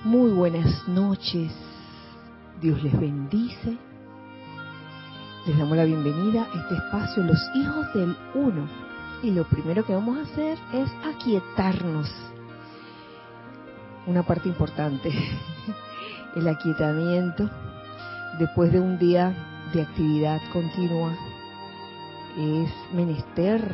Muy buenas noches, Dios les bendice. Les damos la bienvenida a este espacio, los hijos del uno. Y lo primero que vamos a hacer es aquietarnos. Una parte importante, el aquietamiento después de un día de actividad continua. Es menester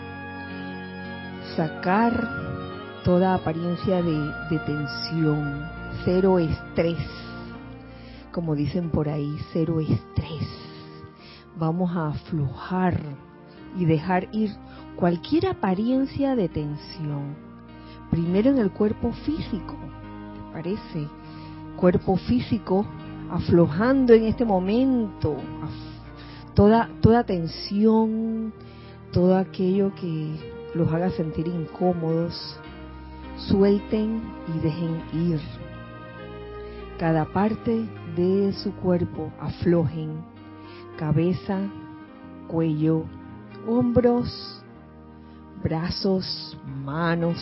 sacar toda apariencia de tensión, cero estrés, como dicen por ahí, cero estrés. Vamos a aflojar y dejar ir cualquier apariencia de tensión. Primero en el cuerpo físico, ¿te parece? Cuerpo físico aflojando en este momento toda tensión, todo aquello que los haga sentir incómodos. Suelten y dejen ir. Cada parte de su cuerpo aflojen. Cabeza, cuello, hombros, brazos, manos,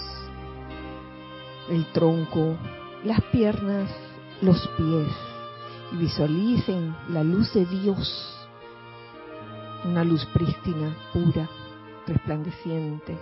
el tronco, las piernas, los pies. Y visualicen la luz de Dios, una luz prístina, pura, resplandeciente,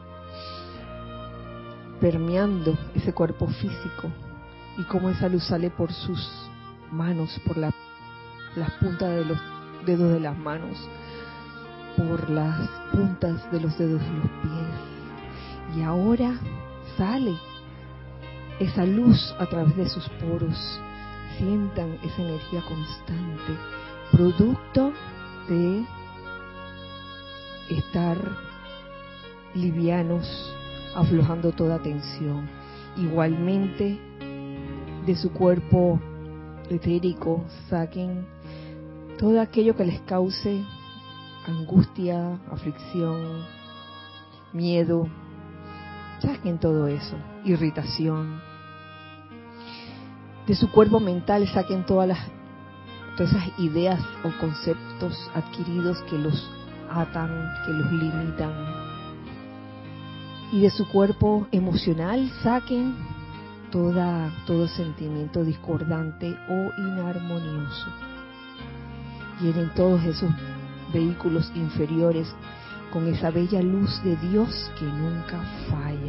permeando ese cuerpo físico, y cómo esa luz sale por sus manos, por las puntas de los dedos de las manos, por las puntas de los dedos de los pies. Y ahora sale esa luz a través de sus poros. Sientan esa energía constante, producto de estar livianos, aflojando toda tensión. Igualmente de su cuerpo etérico saquen todo aquello que les cause angustia, aflicción, miedo. Saquen todo eso, irritación. De su cuerpo mental saquen todas esas ideas o conceptos adquiridos que los atan, que los limitan. Y de su cuerpo emocional saquen todo sentimiento discordante o inarmonioso. Llenen todos esos vehículos inferiores con esa bella luz de Dios que nunca falla.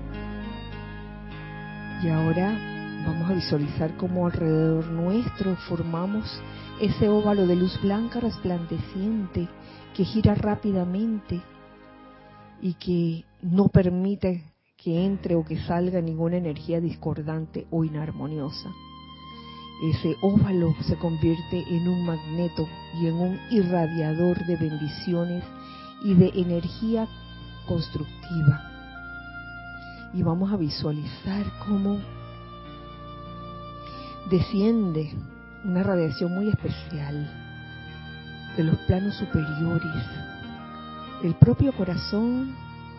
Y ahora vamos a visualizar cómo alrededor nuestro formamos ese óvalo de luz blanca resplandeciente que gira rápidamente y que no permite que entre o que salga ninguna energía discordante o inarmoniosa. Ese óvalo se convierte en un magneto y en un irradiador de bendiciones y de energía constructiva. Y vamos a visualizar cómo desciende una radiación muy especial de los planos superiores, del propio corazón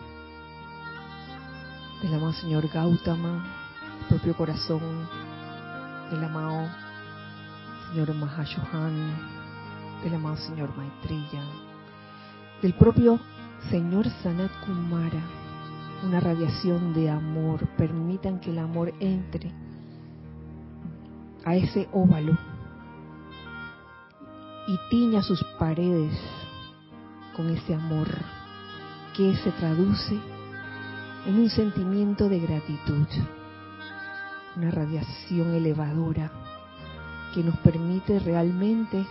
del amado señor Gautama, el propio corazón del amado señor Mahashohan, del amado señor Maitreya, del propio señor Sanat Kumara, una radiación de amor. Permitan que el amor entre a ese óvalo y tiña sus paredes con ese amor que se traduce en un sentimiento de gratitud, una radiación elevadora que nos permite realmente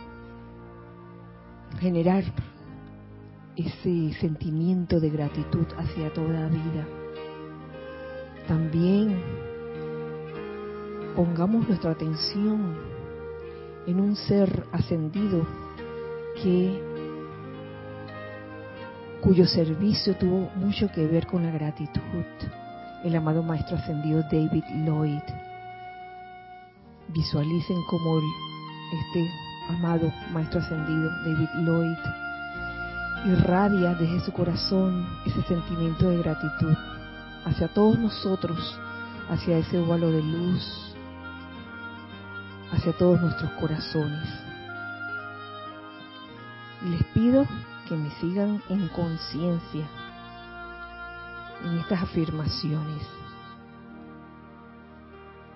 generar ese sentimiento de gratitud hacia toda vida. También pongamos nuestra atención en un ser ascendido cuyo servicio tuvo mucho que ver con la gratitud, el amado maestro ascendido David Lloyd. Visualicen cómo este amado maestro ascendido David Lloyd irradia desde su corazón ese sentimiento de gratitud hacia todos nosotros, hacia ese óvalo de luz, hacia todos nuestros corazones. Y les pido que me sigan en conciencia en estas afirmaciones.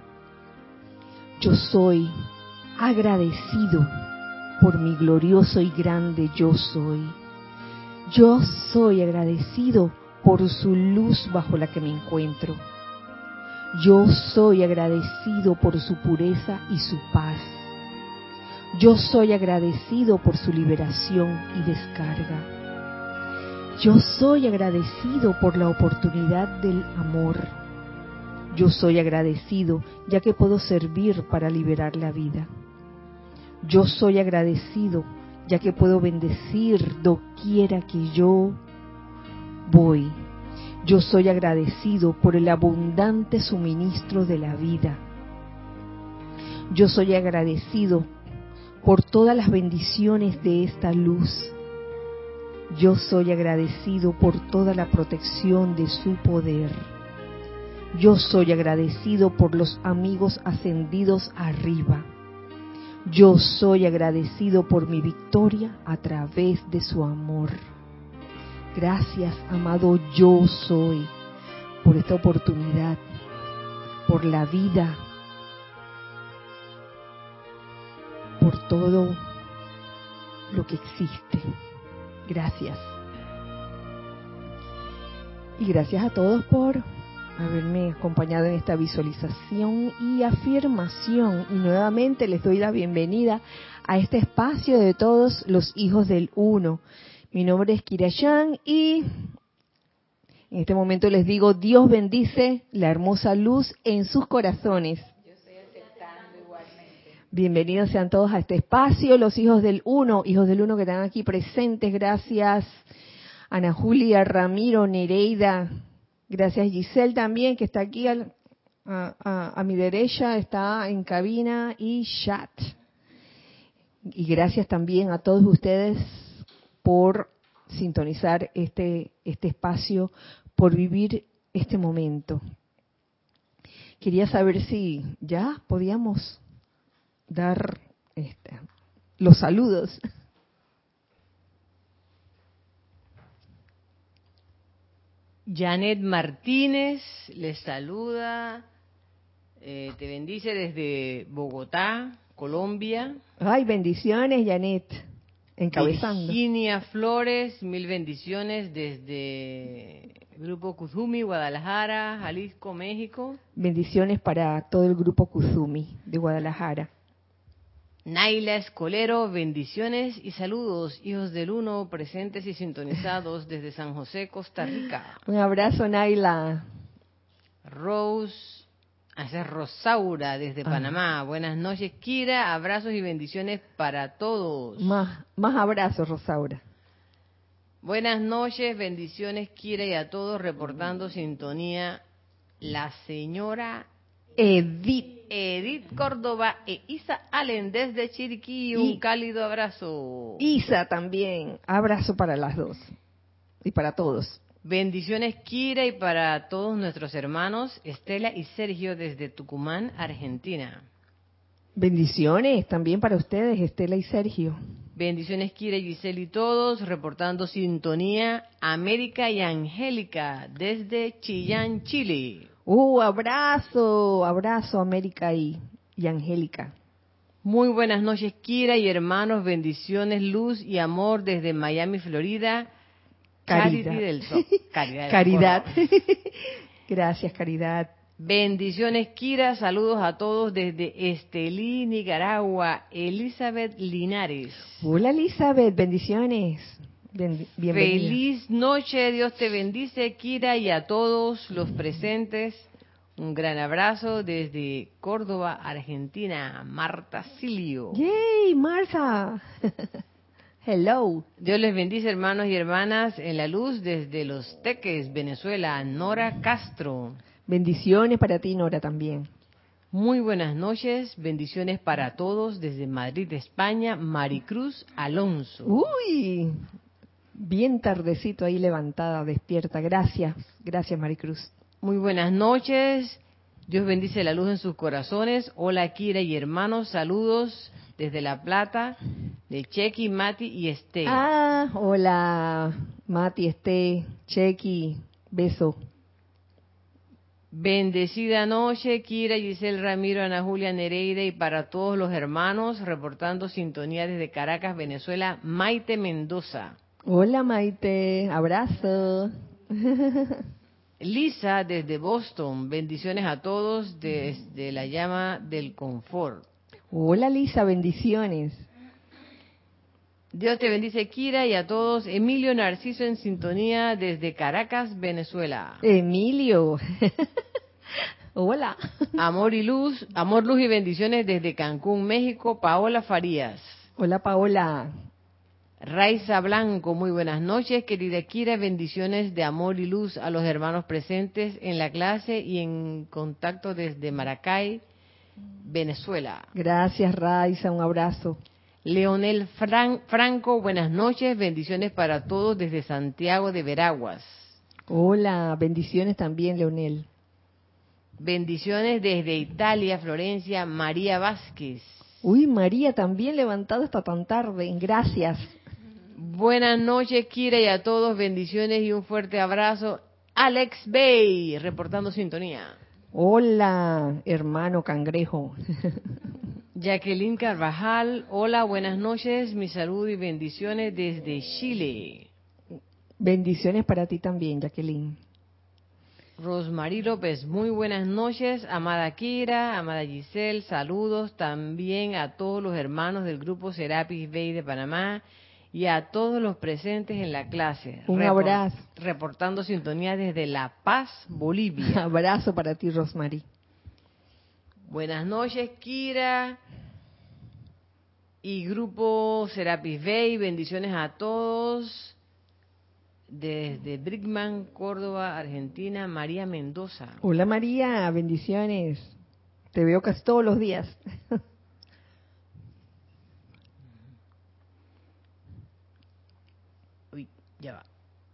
Yo soy agradecido por mi glorioso y grande yo soy. Yo soy agradecido por su luz bajo la que me encuentro. Yo soy agradecido por su pureza y su paz. Yo soy agradecido por su liberación y descarga. Yo soy agradecido por la oportunidad del amor. Yo soy agradecido ya que puedo servir para liberar la vida. Yo soy agradecido ya que puedo bendecir doquiera que yo voy. Yo soy agradecido por el abundante suministro de la vida. Yo soy agradecido por todas las bendiciones de esta luz. Yo soy agradecido por toda la protección de su poder. Yo soy agradecido por los amigos ascendidos arriba. Yo soy agradecido por mi victoria a través de su amor. Gracias, amado yo soy, por esta oportunidad, por la vida, por todo lo que existe. Gracias. Y gracias a todos por haberme acompañado en esta visualización y afirmación. Y nuevamente les doy la bienvenida a este espacio de todos los hijos del Uno. Mi nombre es Kira Yan y en este momento les digo, Dios bendice la hermosa luz en sus corazones. Yo estoy aceptando igualmente. Bienvenidos sean todos a este espacio, los hijos del Uno que están aquí presentes. Gracias Ana Julia, Ramiro, Nereida. Gracias Giselle también, que está aquí a mi derecha, está en cabina y chat. Y gracias también a todos ustedes por sintonizar este espacio, por vivir este momento. Quería saber si ya podíamos dar los saludos. Janet Martínez les saluda, te bendice desde Bogotá, Colombia. Ay, bendiciones, Janet, encabezando. Virginia Flores, mil bendiciones desde Grupo Kuzumi, Guadalajara, Jalisco, México. Bendiciones para todo el grupo Kuzumi de Guadalajara. Naila Escolero, bendiciones y saludos, hijos del Uno, presentes y sintonizados desde San José, Costa Rica. Un abrazo, Naila. Rose, es Rosaura desde Panamá. Buenas noches, Kira, abrazos y bendiciones para todos. Más abrazos, Rosaura. Buenas noches, bendiciones, Kira, y a todos, reportando sintonía la señora Edith Córdoba e Isa Allen desde Chiriquí. Un cálido abrazo. Isa también, abrazo para las dos y para todos. Bendiciones, Kira, y para todos nuestros hermanos Estela y Sergio desde Tucumán, Argentina. Bendiciones también para ustedes, Estela y Sergio. Bendiciones, Kira, Giselle y todos, reportando sintonía América y Angélica desde Chillán, Chile. Abrazo América y Angélica. Muy buenas noches, Kira y hermanos, bendiciones, luz y amor desde Miami, Florida. Caridad. Charity del Sol. Caridad. Gracias, Caridad. Bendiciones, Kira, saludos a todos desde Estelí, Nicaragua. Elizabeth Linares. Hola, Elizabeth, bendiciones. Bienvenida. Feliz noche, Dios te bendice, Kira, y a todos los presentes. Un gran abrazo desde Córdoba, Argentina. Marta Silio. ¡Yay, Marta! Hello. Dios les bendice, hermanos y hermanas, en la luz desde Los Teques, Venezuela. Nora Castro. Bendiciones para ti, Nora, también. Muy buenas noches, bendiciones para todos desde Madrid, España. Maricruz Alonso. Uy, bien tardecito ahí levantada, despierta. Gracias, Maricruz. Muy buenas noches, Dios bendice la luz en sus corazones. Hola, Kira y hermanos, saludos desde La Plata, de Chequi, Mati y Esté. Hola, Mati, Esté, Chequi, beso. Bendecida noche, Kira, Giselle Ramiro, Ana Julia Nereida y para todos los hermanos, reportando sintonía desde Caracas, Venezuela, Maite Mendoza. Hola Maite, abrazo. Lisa desde Boston, bendiciones a todos desde la llama del confort. Hola Lisa, bendiciones. Dios te bendice, Kira, y a todos. Emilio Narciso en sintonía desde Caracas, Venezuela. Emilio. Hola. Amor, luz y bendiciones desde Cancún, México, Paola Farías. Hola Paola. Raiza Blanco, muy buenas noches, querida Kira, bendiciones de amor y luz a los hermanos presentes en la clase y en contacto desde Maracay, Venezuela. Gracias Raiza, un abrazo. Leonel Franco, buenas noches, bendiciones para todos desde Santiago de Veraguas. Hola, bendiciones también Leonel. Bendiciones desde Italia, Florencia, María Vázquez. Uy, María también levantada hasta tan tarde, gracias. Buenas noches, Kira, y a todos, bendiciones y un fuerte abrazo. Alex Bay, reportando sintonía. Hola, hermano cangrejo. Jacqueline Carvajal, hola, buenas noches, mi salud y bendiciones desde Chile. Bendiciones para ti también, Jacqueline. Rosmarie López, muy buenas noches, amada Kira, amada Giselle, saludos también a todos los hermanos del grupo Serapis Bay de Panamá y a todos los presentes en la clase. Un abrazo. Reportando sintonía desde La Paz, Bolivia. Abrazo para ti, Rosmarie. Buenas noches, Kira y grupo Serapis Bay, bendiciones a todos. Desde Brickman, Córdoba, Argentina, María Mendoza. Hola María, bendiciones. Te veo casi todos los días. Uy, ya va.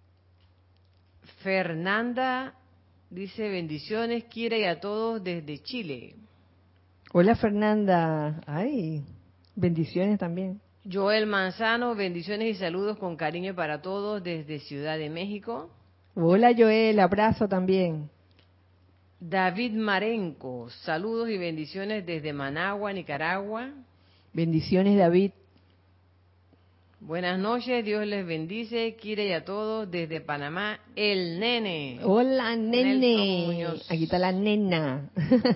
Fernanda dice bendiciones, Kira, y a todos desde Chile. Hola Fernanda. Ay, bendiciones también. Joel Manzano, bendiciones y saludos con cariño para todos desde Ciudad de México. Hola Joel, abrazo también. David Marenco, saludos y bendiciones desde Managua, Nicaragua. Bendiciones David. Buenas noches, Dios les bendice, Kira, y a todos desde Panamá, el nene. Hola nene. Muñoz. Aquí está la nena.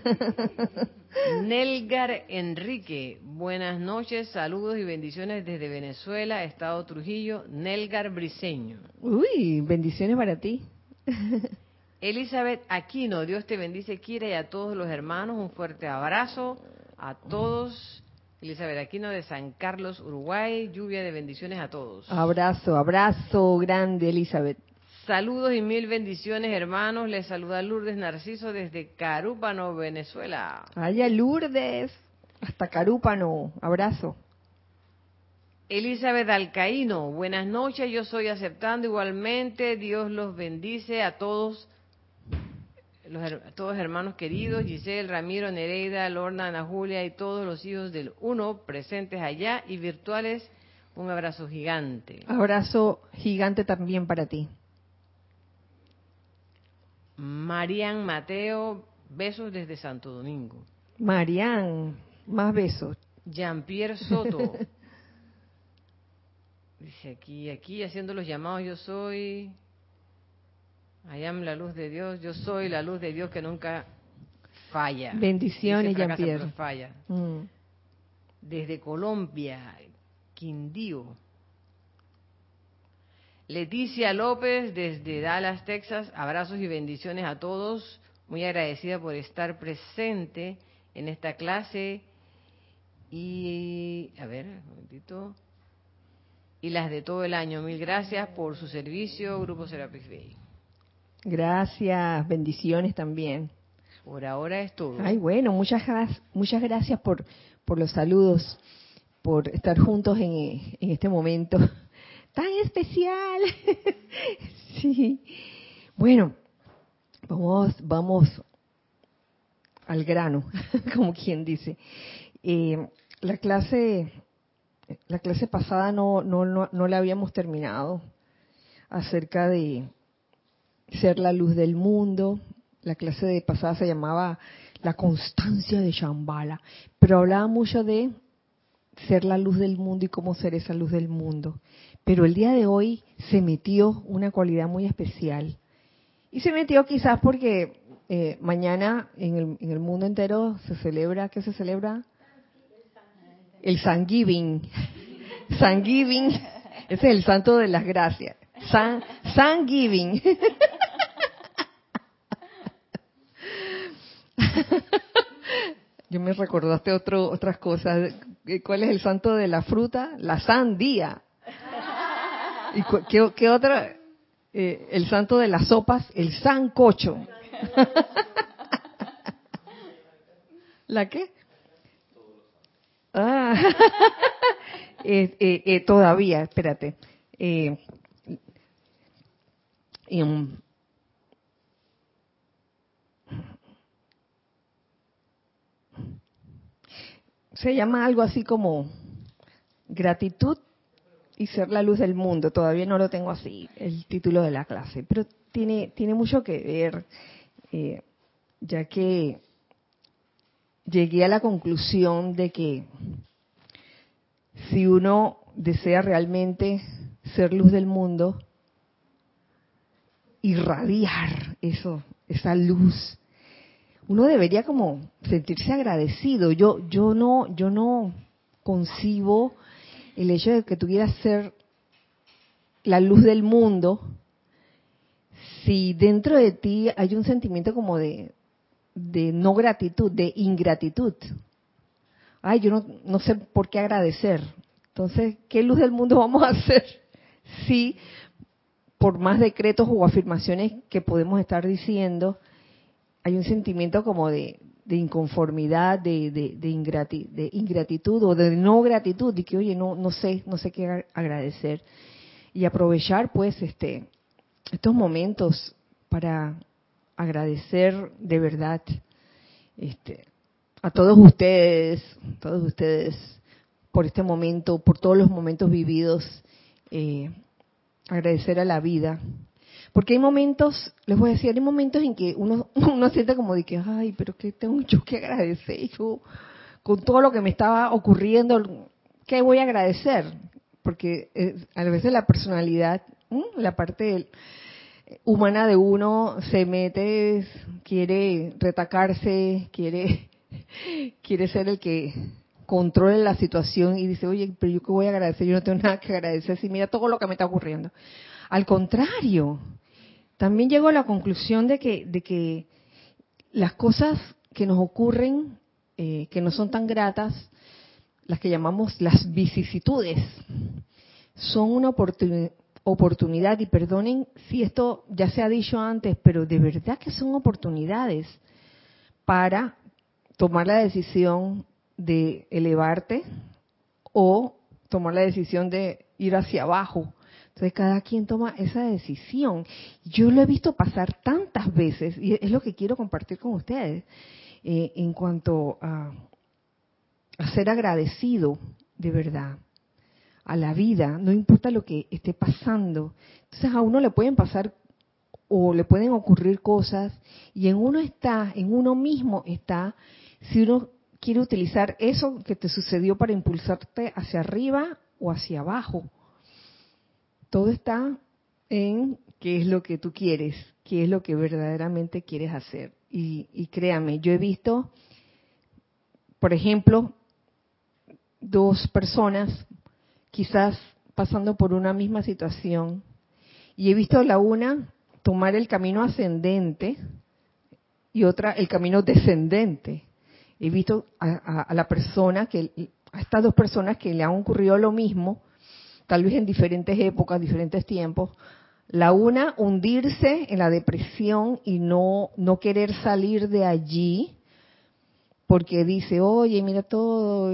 Nelgar Enrique, buenas noches, saludos y bendiciones desde Venezuela, Estado Trujillo, Nelgar Briseño. Uy, bendiciones para ti. Elizabeth Aquino, Dios te bendice, Kira, y a todos los hermanos, un fuerte abrazo a todos. Elizabeth Aquino de San Carlos, Uruguay, lluvia de bendiciones a todos. Abrazo, abrazo grande Elizabeth. Saludos y mil bendiciones, hermanos. Les saluda Lourdes Narciso desde Carúpano, Venezuela. Vaya Lourdes, hasta Carúpano, abrazo. Elizabeth Alcaíno, buenas noches, yo soy aceptando igualmente. Dios los bendice a todos, a todos hermanos queridos, Giselle, Ramiro, Nereida, Lorna, Ana Julia y todos los hijos del Uno presentes allá y virtuales. Un abrazo gigante. Abrazo gigante también para ti. Marian Mateo, besos desde Santo Domingo. Marian, más besos. Jean-Pierre Soto. Dice aquí haciendo los llamados, yo soy, I am la luz de Dios, yo soy la luz de Dios que nunca falla. Bendiciones, Jean-Pierre. Falla. Desde Colombia, Quindío. Leticia López, desde Dallas, Texas, abrazos y bendiciones a todos. Muy agradecida por estar presente en esta clase. Y, a ver, un momentito. Y las de todo el año. Mil gracias por su servicio, Grupo Serapis Bay. Gracias, bendiciones también. Por ahora es todo. Ay, bueno, muchas gracias por los saludos, por estar juntos en este momento tan especial. Sí. Bueno, vamos al grano, como quien dice. La clase pasada no la habíamos terminado, acerca de ser la luz del mundo, la clase de pasada se llamaba La constancia de Shambhala, pero hablaba mucho de ser la luz del mundo y cómo ser esa luz del mundo. Pero el día de hoy se metió una cualidad muy especial. Y se metió quizás porque mañana en el mundo entero se celebra, ¿qué se celebra? El Thanksgiving. Thanksgiving, ese es el santo de las gracias. Thanksgiving. Yo me recordaste otras cosas. ¿Cuál es el santo de la fruta? La sandía. ¿Y qué otra? El santo de las sopas, el sancocho. ¿La qué? Ah, todavía, espérate. Se llama algo así como gratitud y ser la luz del mundo. Todavía no lo tengo así, el título de la clase, pero tiene mucho que ver, ya que llegué a la conclusión de que si uno desea realmente ser luz del mundo, irradiar esa luz, uno debería como sentirse agradecido. Yo no concibo el hecho de que tú quieras ser la luz del mundo si dentro de ti hay un sentimiento como de no gratitud, de ingratitud. Ay, yo no sé por qué agradecer. Entonces, ¿qué luz del mundo vamos a hacer si por más decretos o afirmaciones que podemos estar diciendo, hay un sentimiento como de inconformidad, de ingratitud o de no gratitud, y que oye, no sé qué agradecer? Y aprovechar pues estos momentos para agradecer de verdad a todos ustedes por este momento, por todos los momentos vividos, agradecer a la vida. Porque hay momentos, les voy a decir, hay momentos en que uno siente como de que, ay, pero ¿qué tengo yo que agradecer? Yo, con todo lo que me estaba ocurriendo, ¿qué voy a agradecer? Porque a veces la personalidad, la parte humana de uno se mete, quiere retacarse, quiere ser el que controle la situación y dice, oye, pero yo qué voy a agradecer, yo no tengo nada que agradecer, si mira todo lo que me está ocurriendo. Al contrario, también llego a la conclusión de que las cosas que nos ocurren, que no son tan gratas, las que llamamos las vicisitudes, son una oportunidad, y perdonen si esto ya se ha dicho antes, pero de verdad que son oportunidades para tomar la decisión de elevarte o tomar la decisión de ir hacia abajo. Entonces cada quien toma esa decisión. Yo lo he visto pasar tantas veces y es lo que quiero compartir con ustedes en cuanto a ser agradecido de verdad a la vida, no importa lo que esté pasando. Entonces a uno le pueden pasar o le pueden ocurrir cosas y en uno mismo está, si uno quiere utilizar eso que te sucedió para impulsarte hacia arriba o hacia abajo. Todo está en qué es lo que tú quieres, qué es lo que verdaderamente quieres hacer. Y créame, yo he visto, por ejemplo, dos personas quizás pasando por una misma situación y he visto a la una tomar el camino ascendente y otra el camino descendente. He visto a la persona a estas dos personas que le han ocurrido lo mismo, tal vez en diferentes épocas, diferentes tiempos. La una hundirse en la depresión y no querer salir de allí porque dice, oye, mira todo,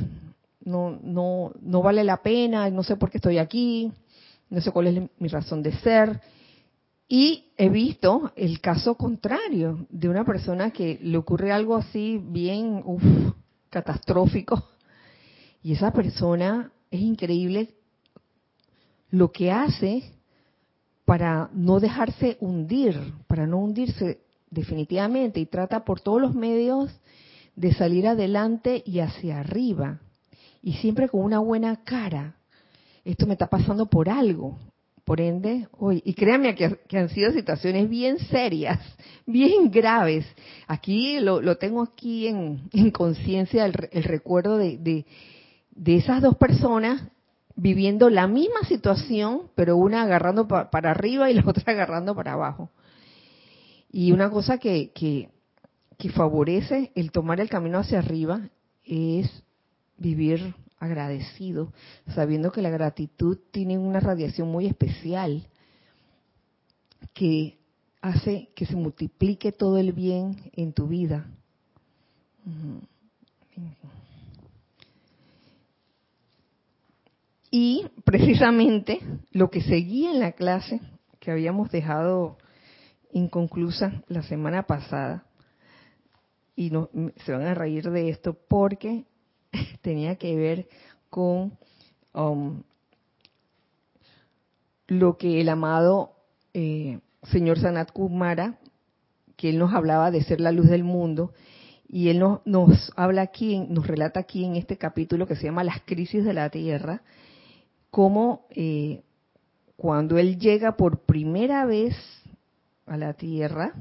no vale la pena, no sé por qué estoy aquí, no sé cuál es mi razón de ser. Y he visto el caso contrario de una persona que le ocurre algo así bien catastrófico y esa persona es increíble lo que hace para no dejarse hundir, para no hundirse definitivamente, y trata por todos los medios de salir adelante y hacia arriba, y siempre con una buena cara. Esto me está pasando por algo, por ende, hoy, y créanme que han sido situaciones bien serias, bien graves. Aquí lo tengo aquí en conciencia, el recuerdo de esas dos personas viviendo la misma situación, pero una agarrando para arriba y la otra agarrando para abajo. Y una cosa que favorece el tomar el camino hacia arriba es vivir agradecido, sabiendo que la gratitud tiene una radiación muy especial que hace que se multiplique todo el bien en tu vida. Y precisamente lo que seguía en la clase que habíamos dejado inconclusa la semana pasada, y no, se van a reír de esto porque tenía que ver con lo que el amado señor Sanat Kumara, que él nos hablaba de ser la luz del mundo, y él nos habla aquí, nos relata aquí en este capítulo que se llama Las crisis de la Tierra, cómo cuando él llega por primera vez a la Tierra,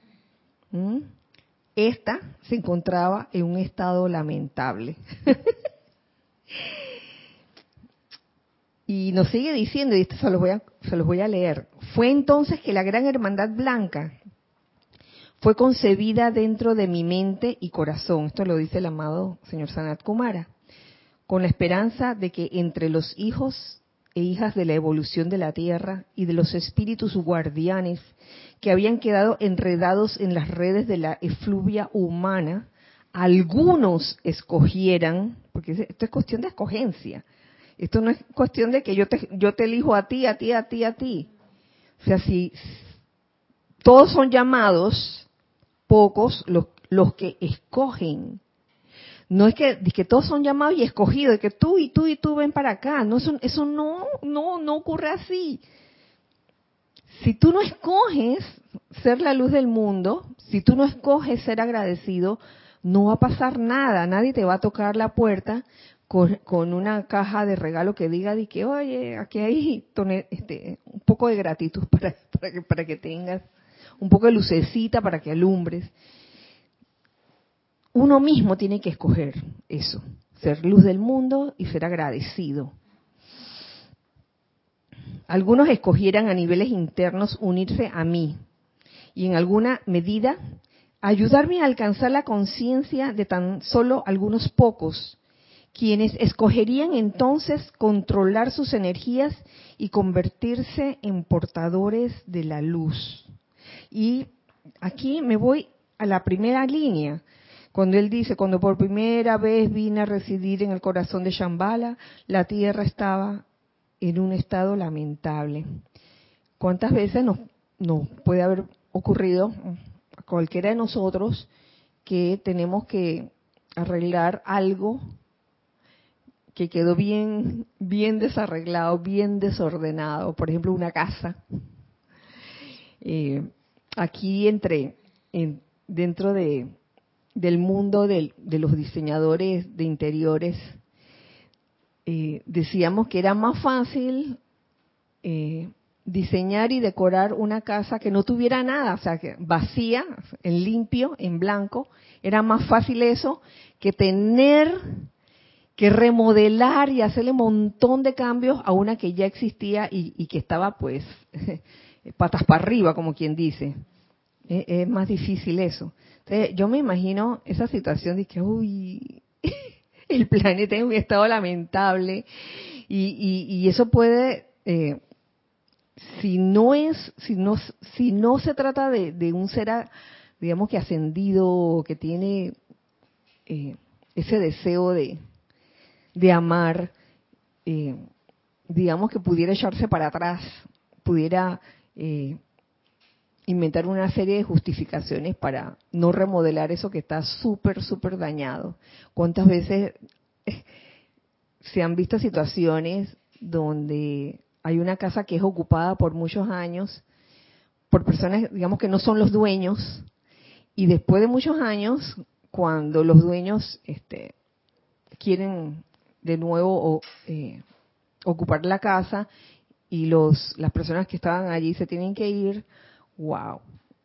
esta se encontraba en un estado lamentable. Y nos sigue diciendo, y esto se los voy a leer. Fue entonces que la gran hermandad blanca fue concebida dentro de mi mente y corazón. Esto lo dice el amado señor Sanat Kumara, con la esperanza de que entre los hijos e hijas de la evolución de la Tierra y de los espíritus guardianes que habían quedado enredados en las redes de la efluvia humana, algunos escogieran, porque esto es cuestión de escogencia, esto no es cuestión de que yo te elijo a ti, a ti, a ti, a ti. O sea, si todos son llamados, pocos los que escogen. No es que todos son llamados y escogidos, de que tú y tú y tú ven para acá. No, eso no ocurre así. Si tú no escoges ser la luz del mundo, si tú no escoges ser agradecido, no va a pasar nada. Nadie te va a tocar la puerta con una caja de regalo que diga de que, oye, aquí hay un poco de gratitud para que tengas, un poco de lucecita para que alumbres. Uno mismo tiene que escoger eso, ser luz del mundo y ser agradecido. Algunos escogieran a niveles internos unirse a mí y en alguna medida ayudarme a alcanzar la conciencia de tan solo algunos pocos, quienes escogerían entonces controlar sus energías y convertirse en portadores de la luz. Y aquí me voy a la primera línea. Cuando él dice, cuando por primera vez vine a residir en el corazón de Shambhala, la tierra estaba en un estado lamentable. ¿Cuántas veces nos puede haber ocurrido a cualquiera de nosotros que tenemos que arreglar algo que quedó bien desarreglado, bien desordenado? Por ejemplo, una casa. Aquí dentro del mundo de los diseñadores de interiores, decíamos que era más fácil diseñar y decorar una casa que no tuviera nada, o sea, que vacía, en limpio, en blanco. Era más fácil eso que tener que remodelar y hacerle un montón de cambios a una que ya existía y que estaba pues patas para arriba, como quien dice. Es más difícil eso. Entonces, yo me imagino esa situación de que, uy, el planeta en un estado lamentable y eso puede, si no se trata de un ser, digamos que ascendido, que tiene ese deseo de amar, digamos que pudiera echarse para atrás, pudiera inventar una serie de justificaciones para no remodelar eso que está súper dañado. ¿Cuántas veces se han visto situaciones donde hay una casa que es ocupada por muchos años por personas, digamos, que no son los dueños, Y después de muchos años, cuando los dueños quieren de nuevo ocupar la casa y las personas que estaban allí se tienen que ir, wow.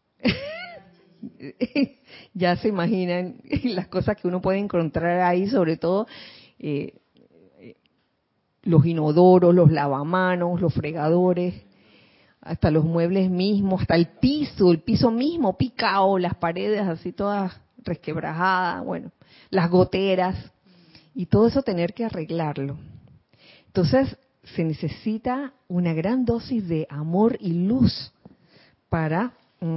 Ya se imaginan las cosas que uno puede encontrar ahí, sobre todo los inodoros, los lavamanos, los fregadores, hasta los muebles mismos, hasta el piso mismo picado, las paredes así todas resquebrajadas, bueno, las goteras, y todo eso tener que arreglarlo. Entonces se necesita una gran dosis de amor y luz para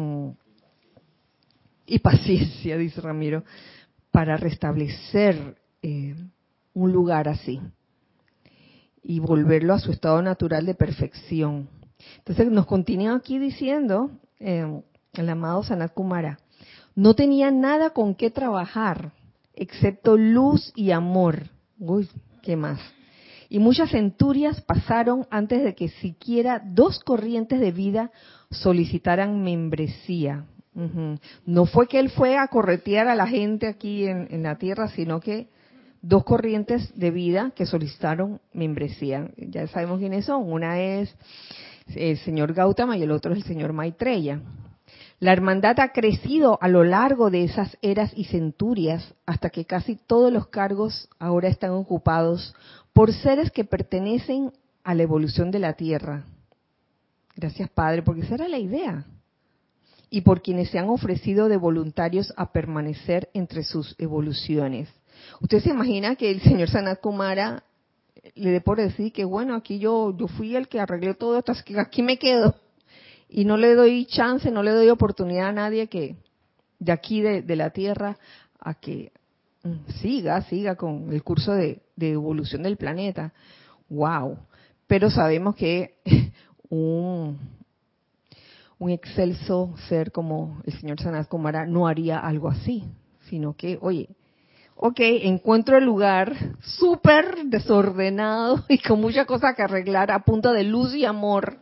y paciencia, dice Ramiro, para restablecer un lugar así y volverlo a su estado natural de perfección. Entonces nos continúa aquí diciendo el amado Sanat Kumara, no tenía nada con qué trabajar excepto luz y amor. Uy, ¿qué más? Y muchas centurias pasaron antes de que siquiera dos corrientes de vida solicitaran membresía. No fue que él fue a corretear a la gente aquí en la tierra, sino que dos corrientes de vida que solicitaron membresía. Ya sabemos quiénes son. Una es el señor Gautama y el otro es el señor Maitreya. La hermandad ha crecido a lo largo de esas eras y centurias hasta que casi todos los cargos ahora están ocupados por seres que pertenecen a la evolución de la Tierra. Gracias, Padre, porque esa era la idea. Y por quienes se han ofrecido de voluntarios a permanecer entre sus evoluciones. Usted se imagina que el señor Sanat Kumara le dé por decir que bueno, aquí yo fui el que arreglé todo esto, aquí me quedo. Y no le doy chance, no le doy oportunidad a nadie que de aquí de la Tierra a que siga con el curso de evolución del planeta. Wow. Pero sabemos que un excelso ser como el señor Sanat Kumara no haría algo así, sino que, oye, encuentro el lugar súper desordenado y con muchas cosas que arreglar a punta de luz y amor.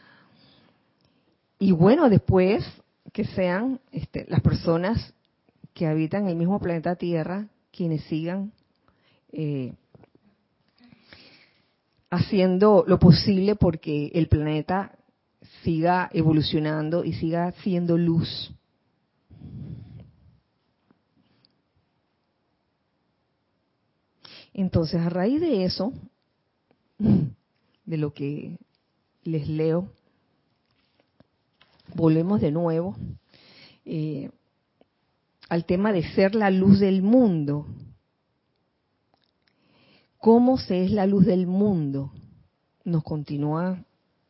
Y bueno, después que sean las personas que habitan el mismo planeta Tierra quienes sigan haciendo lo posible porque el planeta siga evolucionando y siga siendo luz. Entonces, a raíz de eso, de lo que les leo, volvemos de nuevo al tema de ser la luz del mundo. ¿Cómo se es la luz del mundo? Nos continúa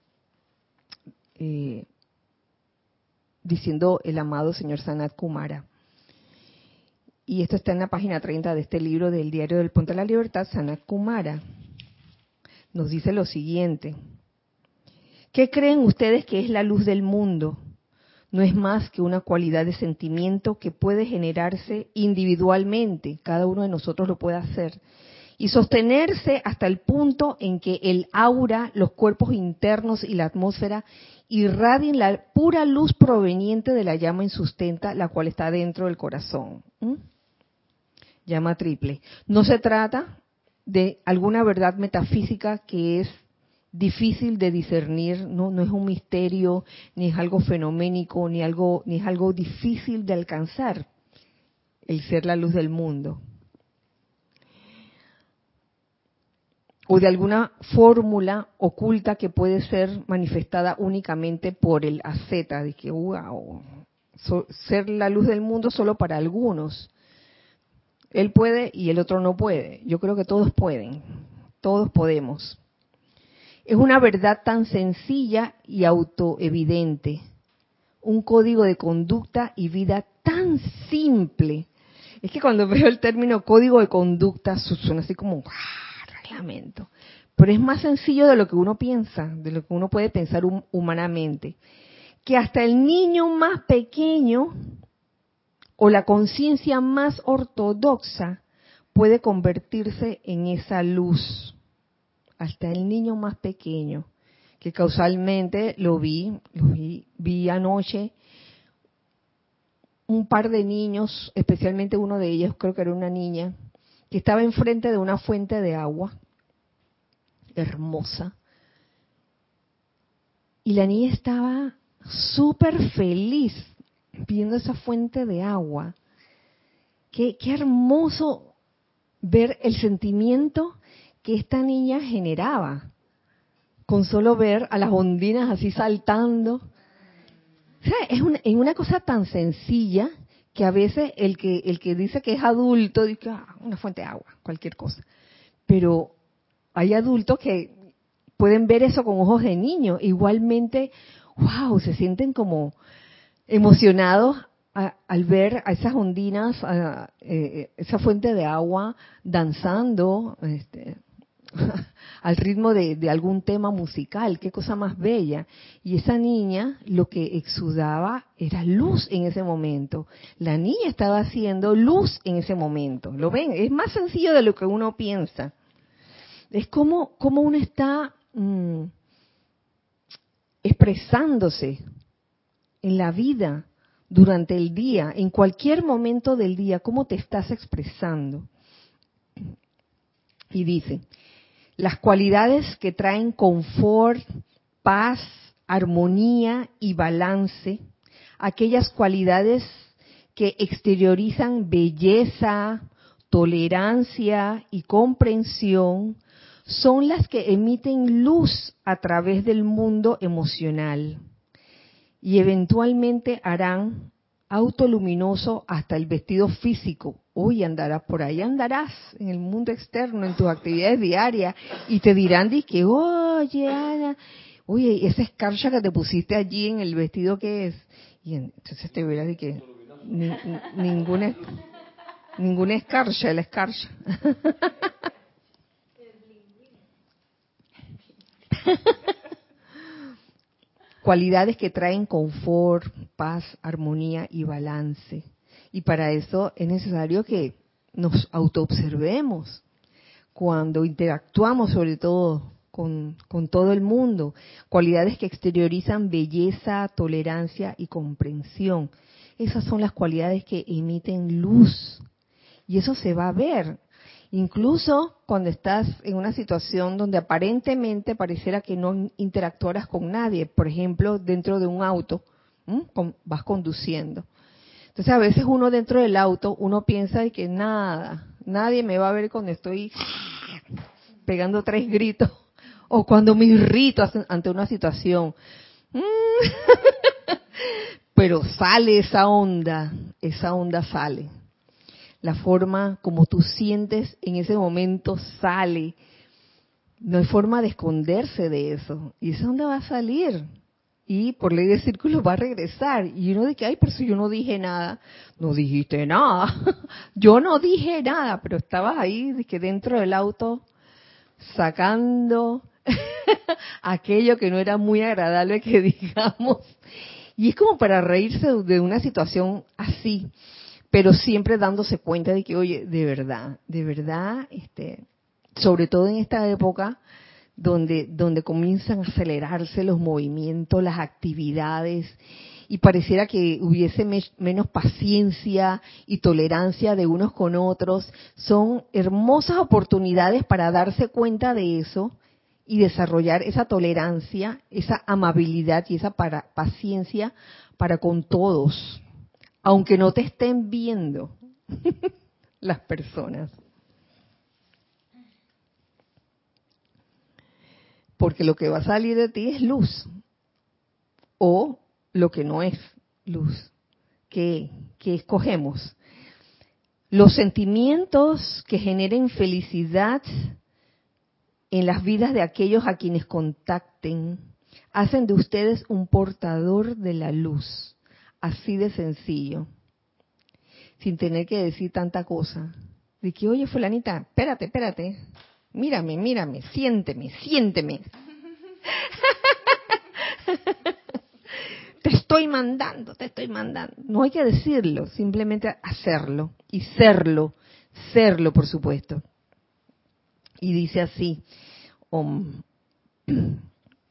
diciendo el amado señor Sanat Kumara. Y esto está en la página 30 de este libro del Diario del Puente de la Libertad. Sanat Kumara nos dice lo siguiente: ¿qué creen ustedes que es la luz del mundo? No es más que una cualidad de sentimiento que puede generarse individualmente, cada uno de nosotros lo puede hacer, y sostenerse hasta el punto en que el aura, los cuerpos internos y la atmósfera irradien la pura luz proveniente de la llama insustenta, la cual está dentro del corazón. Llama triple. No se trata de alguna verdad metafísica que es difícil de discernir, no es un misterio, ni es algo fenoménico, ni es algo difícil de alcanzar, el ser la luz del mundo. O de alguna fórmula oculta que puede ser manifestada únicamente por el asceta, de que wow, ser la luz del mundo solo para algunos. Él puede y el otro no puede. Yo creo que todos pueden, todos podemos. Es una verdad tan sencilla y autoevidente, un código de conducta y vida tan simple. Es que cuando veo el término código de conducta suena así como reglamento, pero es más sencillo de lo que uno piensa, de lo que uno puede pensar humanamente, que hasta el niño más pequeño o la conciencia más ortodoxa puede convertirse en esa luz. Hasta el niño más pequeño, que causalmente vi anoche un par de niños, especialmente uno de ellos, creo que era una niña, que estaba enfrente de una fuente de agua hermosa. Y la niña estaba súper feliz viendo esa fuente de agua. Qué hermoso ver el sentimiento que esta niña generaba con solo ver a las ondinas así saltando. O sea, es una cosa tan sencilla que a veces el que dice que es adulto dice, una fuente de agua, cualquier cosa. Pero hay adultos que pueden ver eso con ojos de niño. Igualmente, wow, se sienten como emocionados al ver a esas ondinas, esa fuente de agua danzando al ritmo de algún tema musical. Qué cosa más bella. Y esa niña lo que exudaba era luz en ese momento. La niña estaba haciendo luz en ese momento. ¿Lo ven? Es más sencillo de lo que uno piensa. Es como uno está expresándose en la vida durante el día, en cualquier momento del día, cómo te estás expresando. Y dice, las cualidades que traen confort, paz, armonía y balance, aquellas cualidades que exteriorizan belleza, tolerancia y comprensión, son las que emiten luz a través del mundo emocional y eventualmente harán autoluminoso hasta el vestido físico. Hoy andarás por ahí, andarás en el mundo externo, en tus actividades diarias, y te dirán que, oye, Ana, oye, esa escarcha que te pusiste allí en el vestido, ¿qué es? Y entonces te verás de que ninguna escarcha, la escarcha. Cualidades que traen confort, paz, armonía y balance. Y para eso es necesario que nos autoobservemos cuando interactuamos, sobre todo con todo el mundo. Cualidades que exteriorizan belleza, tolerancia y comprensión. Esas son las cualidades que emiten luz. Y eso se va a ver. Incluso cuando estás en una situación donde aparentemente pareciera que no interactuaras con nadie, por ejemplo, dentro de un auto, vas conduciendo. Entonces a veces uno dentro del auto, uno piensa de que nadie me va a ver cuando estoy pegando 3 gritos o cuando me irrito ante una situación. Pero sale esa onda sale. La forma como tú sientes en ese momento sale. No hay forma de esconderse de eso. Y esa onda va a salir. Y por ley de círculo va a regresar. Y uno dice, ay, pero si yo no dije nada. No dijiste nada. Yo no dije nada, pero estabas ahí de que dentro del auto sacando aquello que no era muy agradable que digamos. Y es como para reírse de una situación así, pero siempre dándose cuenta de que, oye, de verdad, sobre todo en esta época donde comienzan a acelerarse los movimientos, las actividades, y pareciera que hubiese menos paciencia y tolerancia de unos con otros, son hermosas oportunidades para darse cuenta de eso y desarrollar esa tolerancia, esa amabilidad y esa paciencia para con todos, aunque no te estén viendo las personas. Porque lo que va a salir de ti es luz, o lo que no es luz. ¿Qué escogemos? Los sentimientos que generen felicidad en las vidas de aquellos a quienes contacten hacen de ustedes un portador de la luz. Así de sencillo. Sin tener que decir tanta cosa. De que, oye, fulanita, espérate. Mírame, siénteme. Te estoy mandando. No hay que decirlo, simplemente hacerlo. Y serlo, por supuesto. Y dice así,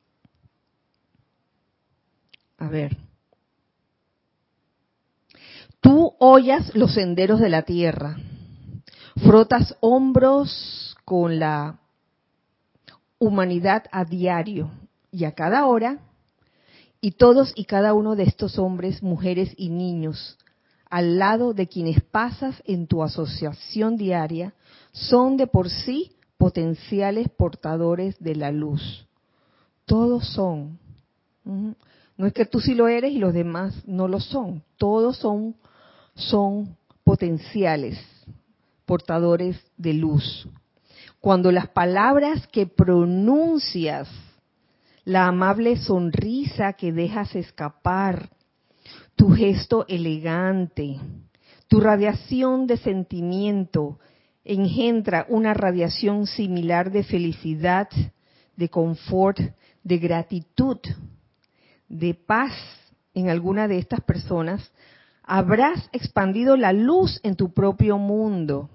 a ver. Tú hollas los senderos de la tierra, frotas hombros con la humanidad a diario y a cada hora, y todos y cada uno de estos hombres, mujeres y niños, al lado de quienes pasas en tu asociación diaria, son de por sí potenciales portadores de la luz. Todos son. No es que tú sí lo eres y los demás no lo son. Todos son potenciales portadores de luz. Cuando las palabras que pronuncias, la amable sonrisa que dejas escapar, tu gesto elegante, tu radiación de sentimiento engendra una radiación similar de felicidad, de confort, de gratitud, de paz en alguna de estas personas, habrás expandido la luz en tu propio mundo.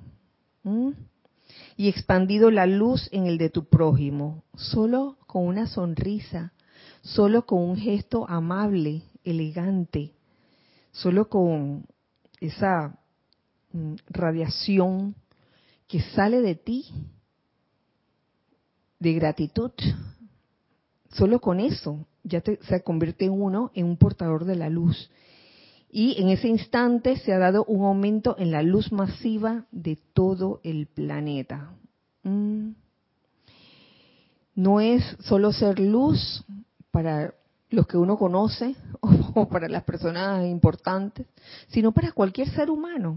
Y expandido la luz en el de tu prójimo, solo con una sonrisa, solo con un gesto amable, elegante, solo con esa radiación que sale de ti de gratitud, solo con eso ya se convierte uno en un portador de la luz. Y en ese instante se ha dado un aumento en la luz masiva de todo el planeta. No es solo ser luz para los que uno conoce o para las personas importantes, sino para cualquier ser humano,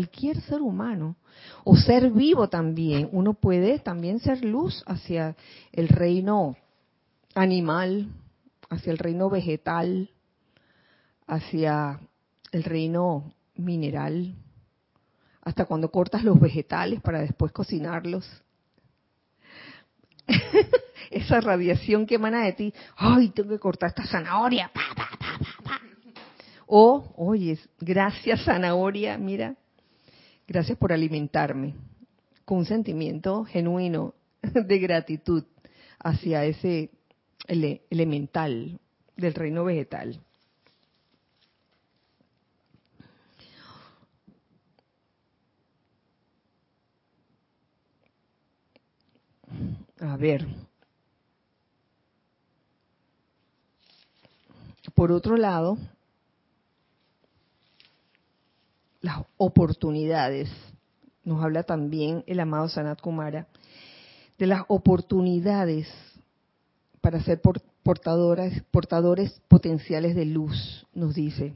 o ser vivo también. Uno puede también ser luz hacia el reino animal, hacia el reino vegetal, hacia el reino mineral, hasta cuando cortas los vegetales para después cocinarlos. Esa radiación que emana de ti, ay, tengo que cortar esta zanahoria, pa, pa, pa, pa, pa. O, oye, gracias zanahoria, mira, gracias por alimentarme, con un sentimiento genuino de gratitud hacia ese elemental del reino vegetal. A ver, por otro lado, las oportunidades. Nos habla también el amado Sanat Kumara de las oportunidades para ser portadores potenciales de luz. Nos dice,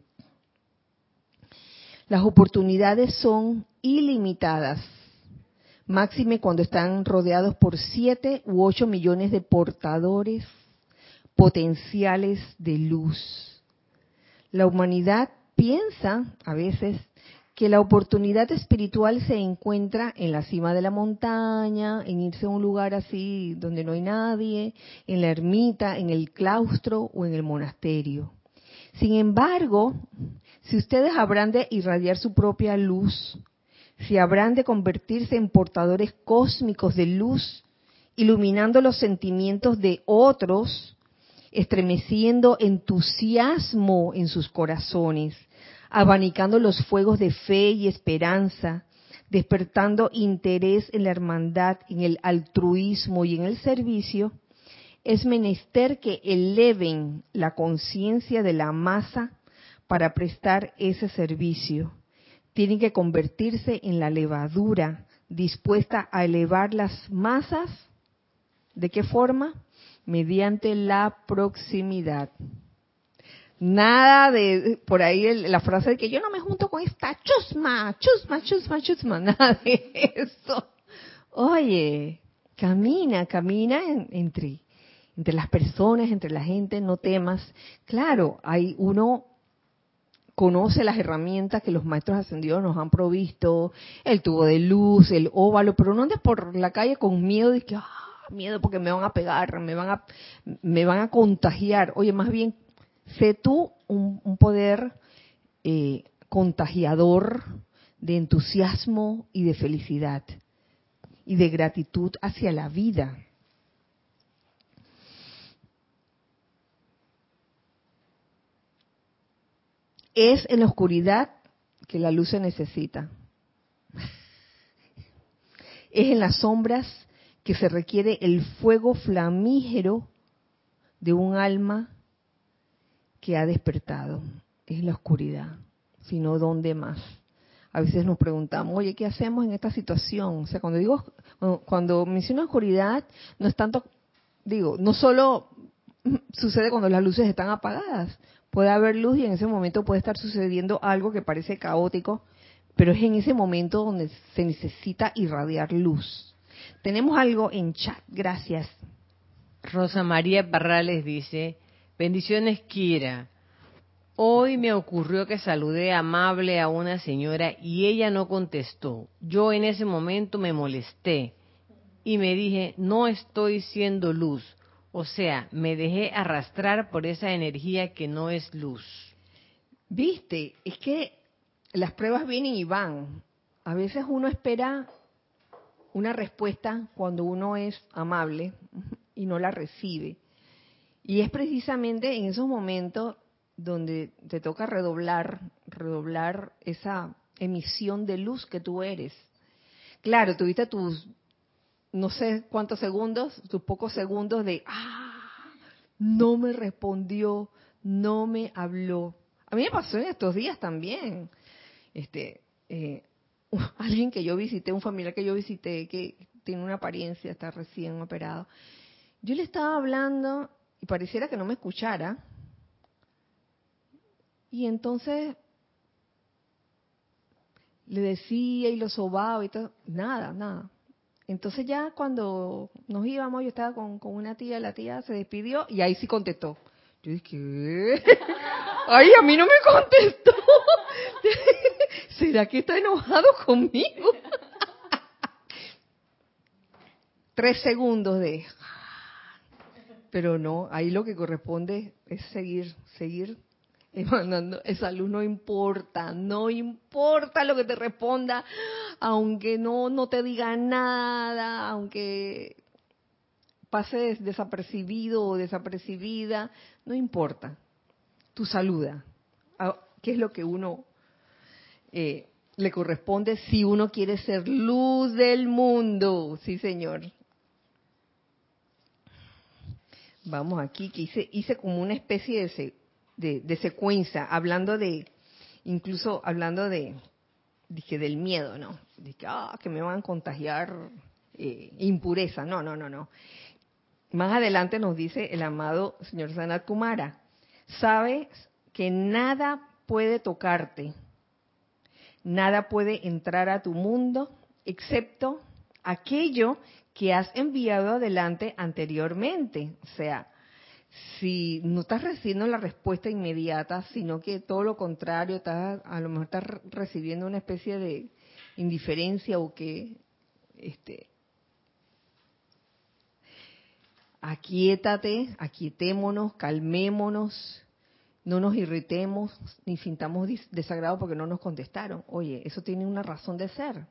las oportunidades son ilimitadas, máxime cuando están rodeados por 7 u 8 millones de portadores potenciales de luz. La humanidad piensa a veces que la oportunidad espiritual se encuentra en la cima de la montaña, en irse a un lugar así donde no hay nadie, en la ermita, en el claustro o en el monasterio. Sin embargo, si ustedes habrán de irradiar su propia luz, si habrán de convertirse en portadores cósmicos de luz, iluminando los sentimientos de otros, estremeciendo entusiasmo en sus corazones, abanicando los fuegos de fe y esperanza, despertando interés en la hermandad, en el altruismo y en el servicio, es menester que eleven la conciencia de la masa para prestar ese servicio. Tienen que convertirse en la levadura dispuesta a elevar las masas. ¿De qué forma? Mediante la proximidad. Nada de por ahí la frase de que yo no me junto con esta chusma, nada de eso. Oye, camina entre las personas, entre la gente, no temas. Claro, uno conoce las herramientas que los maestros ascendidos nos han provisto, el tubo de luz, el óvalo, pero no andes por la calle con miedo de que miedo porque me van a pegar, me van a contagiar. Oye, más bien, sé tú un poder contagiador de entusiasmo y de felicidad y de gratitud hacia la vida. Es en la oscuridad que la luz se necesita. Es en las sombras que se requiere el fuego flamígero de un alma que ha despertado. Es la oscuridad, sino ¿dónde más? A veces nos preguntamos, oye, ¿qué hacemos en esta situación? O sea, cuando menciono oscuridad, no es tanto, no solo sucede cuando las luces están apagadas. Puede haber luz y en ese momento puede estar sucediendo algo que parece caótico, pero es en ese momento donde se necesita irradiar luz. Tenemos algo en chat, gracias. Rosa María Parrales dice, bendiciones Kira. Hoy me ocurrió que saludé amable a una señora y ella no contestó. Yo en ese momento me molesté y me dije, no estoy siendo luz. O sea, me dejé arrastrar por esa energía que no es luz. ¿Viste? Es que las pruebas vienen y van. A veces uno espera una respuesta cuando uno es amable y no la recibe. Y es precisamente en esos momentos donde te toca redoblar esa emisión de luz que tú eres. Claro, tuviste tus no sé cuántos segundos, tus pocos segundos de, no me respondió, no me habló. A mí me pasó en estos días también. Alguien que yo visité, un familiar que yo visité, que tiene una apariencia, está recién operado. Yo le estaba hablando y pareciera que no me escuchara. Y entonces le decía y lo sobaba y todo, nada. Entonces ya cuando nos íbamos, yo estaba con una tía, la tía se despidió y ahí sí contestó. Yo dije, ¿qué? Ay, a mí no me contestó. ¿Será que está enojado conmigo? 3 segundos de... Pero no, ahí lo que corresponde es seguir emanando esa luz. No importa lo que te responda, aunque no te diga nada, aunque pase desapercibido o desapercibida, no importa. Tu saluda, ¿qué es lo que uno le corresponde si uno quiere ser luz del mundo? Sí, señor. Vamos aquí, que hice como una especie de secuencia, incluso hablando dije, del miedo, ¿no? Dije, que me van a contagiar impureza. No. Más adelante nos dice el amado señor Sanat Kumara, sabes que nada puede tocarte, nada puede entrar a tu mundo, excepto aquello que has enviado adelante anteriormente. O sea, si no estás recibiendo la respuesta inmediata, sino que todo lo contrario, a lo mejor estás recibiendo una especie de indiferencia o que aquietémonos, calmémonos, no nos irritemos ni sintamos desagrado porque no nos contestaron. Oye, eso tiene una razón de ser.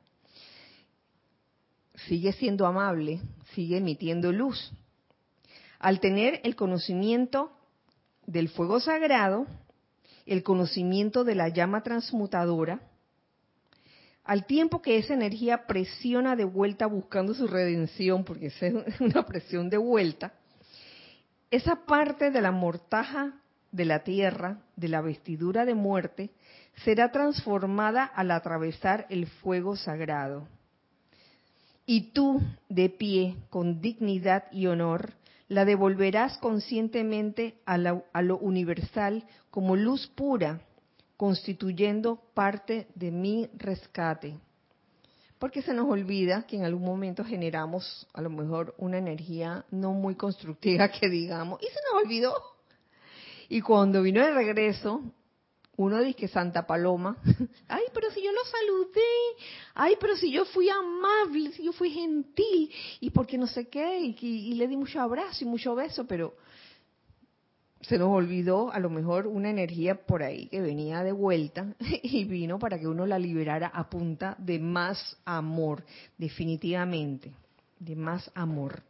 Sigue siendo amable, sigue emitiendo luz. Al tener el conocimiento del fuego sagrado, el conocimiento de la llama transmutadora, al tiempo que esa energía presiona de vuelta buscando su redención, porque esa es una presión de vuelta, esa parte de la mortaja de la tierra, de la vestidura de muerte, será transformada al atravesar el fuego sagrado. Y tú, de pie, con dignidad y honor, la devolverás conscientemente a lo universal como luz pura, constituyendo parte de mi rescate. Porque se nos olvida que en algún momento generamos a lo mejor una energía no muy constructiva que digamos, y se nos olvidó. Y cuando vino de regreso, uno dice que Santa Paloma, ay, pero si yo lo saludé, ay, pero si yo fui amable, si yo fui gentil, y porque no sé qué, y le di mucho abrazo y mucho beso, pero se nos olvidó a lo mejor una energía por ahí que venía de vuelta y vino para que uno la liberara a punta de más amor, definitivamente, de más amor.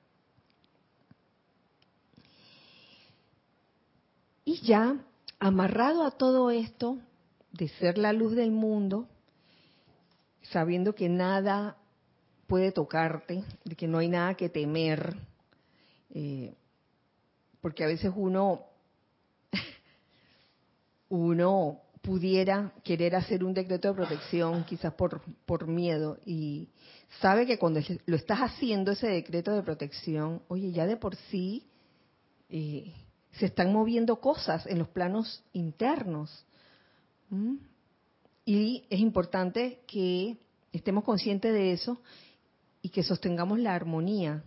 Y ya, amarrado a todo esto, de ser la luz del mundo, sabiendo que nada puede tocarte, de que no hay nada que temer, porque a veces uno pudiera querer hacer un decreto de protección quizás por miedo, y sabe que cuando lo estás haciendo ese decreto de protección, oye, ya de por sí se están moviendo cosas en los planos internos. ¿Mm? Y es importante que estemos conscientes de eso y que sostengamos la armonía